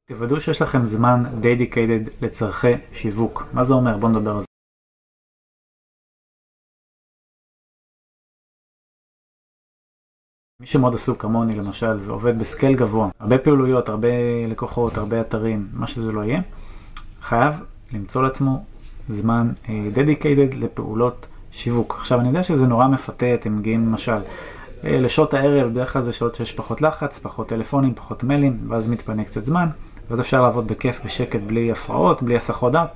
תוודאו שיש לכם זמן dedicated לצרכי שיווק. מה זה אומר? בואו נדבר על זה. מי שמאוד עסוק כמוני למשל ועובד בסקייל גבוה, הרבה פעילויות, הרבה לקוחות, הרבה אתרים, מה שזה לא יהיה, חייב למצוא לעצמו זמן dedicated לפעולות שיווק. עכשיו אני יודע שזה נורא מפתה, אתם מגיעים למשל לשעות הערב, בדרך כלל זה שעות שיש פחות לחץ, פחות טלפונים, פחות מיילים, ואז מתפנה קצת זמן, ואז אפשר לעבוד בכיף, בשקט, בלי הפרעות, בלי הסחות דעת,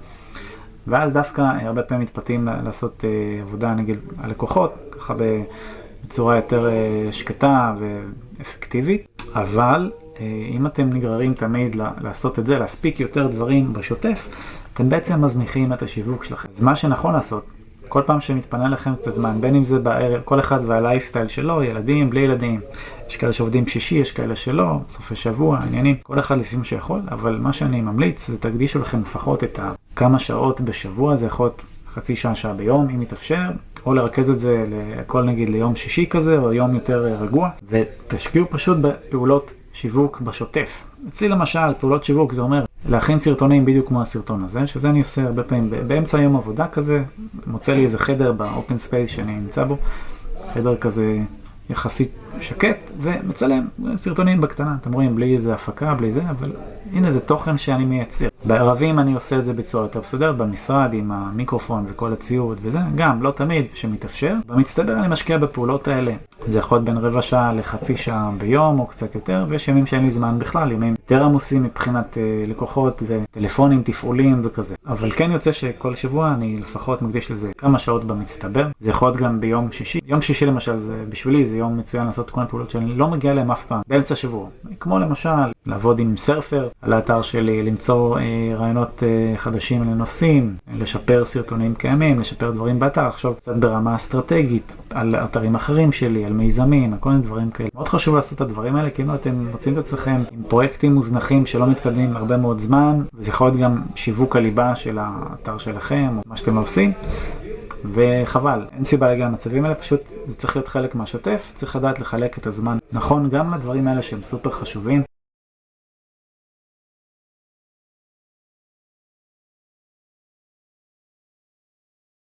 ואז דווקא הרבה פעמים מתפתים לעשות עבודה נגיד הלקוחות, ככה בצורה יותר שקטה ואפקטיבית, אבל אם אתם נגררים תמיד לעשות את זה, להספיק יותר דברים בשוטף, אתם בעצם מזניחים את השיווק שלכם. אז מה שנכון לעשות, כל פעם שמתפנה לכם קצת זמן, בין אם זה בערב, כל אחד והלייפסטייל שלו, ילדים, בלי ילדים. יש כאלה שעובדים שישי, יש כאלה שלא, סופי שבוע, עניינים, כל אחד לפי מה שיכול, אבל מה שאני ממליץ זה תקדישו לכם לפחות את כמה שעות בשבוע, זה יכול להיות חצי שעה, שעה ביום, אם יתאפשר, או לרכז את זה לכל נגיד ליום שישי כזה, או יום יותר רגוע, ותשקיעו פשוט בפעולות שיווק בשוטף. אצלי למשל, פעולות שיווק זה אומר להכין סרטונים בדיוק כמו הסרטון הזה, שזה אני עושה הרבה פעמים באמצע יום עבודה כזה, מוצא לי איזה חדר באופן ספייס שאני נמצא בו, חדר כזה יחסית שקט, ומצלם סרטונים בקטנה, אתם רואים, בלי איזה הפקה, בלי זה, אבל הנה זה תוכן שאני מייצר. בערבים אני עושה את זה בצורה יותר מסודרת, במשרד עם המיקרופון וכל הציוד וזה, גם לא תמיד שמתאפשר. במצטבר אני משקיע בפעולות האלה. זה יכול להיות בין רבע שעה לחצי שעה ביום או קצת יותר, ויש ימים שאין לי זמן בכלל, ימים יותר עמוסים מבחינת לקוחות וטלפונים, תפעולים וכזה. אבל כן יוצא שכל שבוע אני לפחות מקדיש לזה כמה שעות במצטבר. זה יכול להיות גם ביום שישי. יום שישי למשל, בשבילי זה יום מצוין לעשות כל מיני פעולות שאני לא מגיע להם אף פעם, באמצע שבוע. כמו למשל, לעבוד עם סרפר על האתר שלי, למצוא רעיונות חדשים לנושאים, לשפר סרטונים קיימים, לשפר דברים באתר, עכשיו קצת ברמה אסטרטגית, על אתרים אחרים שלי, על מיזמים, על כל מיני דברים כאלה. מאוד חשוב לעשות את הדברים האלה, כי אם אתם מוצאים את עצמכם עם פרויקטים מוזנחים שלא מתקדמים הרבה מאוד זמן, וזה יכול להיות גם שיווק הליבה של האתר שלכם, או מה שאתם עושים, וחבל, אין סיבה להגיע למצבים האלה, פשוט זה צריך להיות חלק מהשוטף, צריך לדעת לחלק את הזמן נכון גם לדברים האלה שהם סופר חשובים.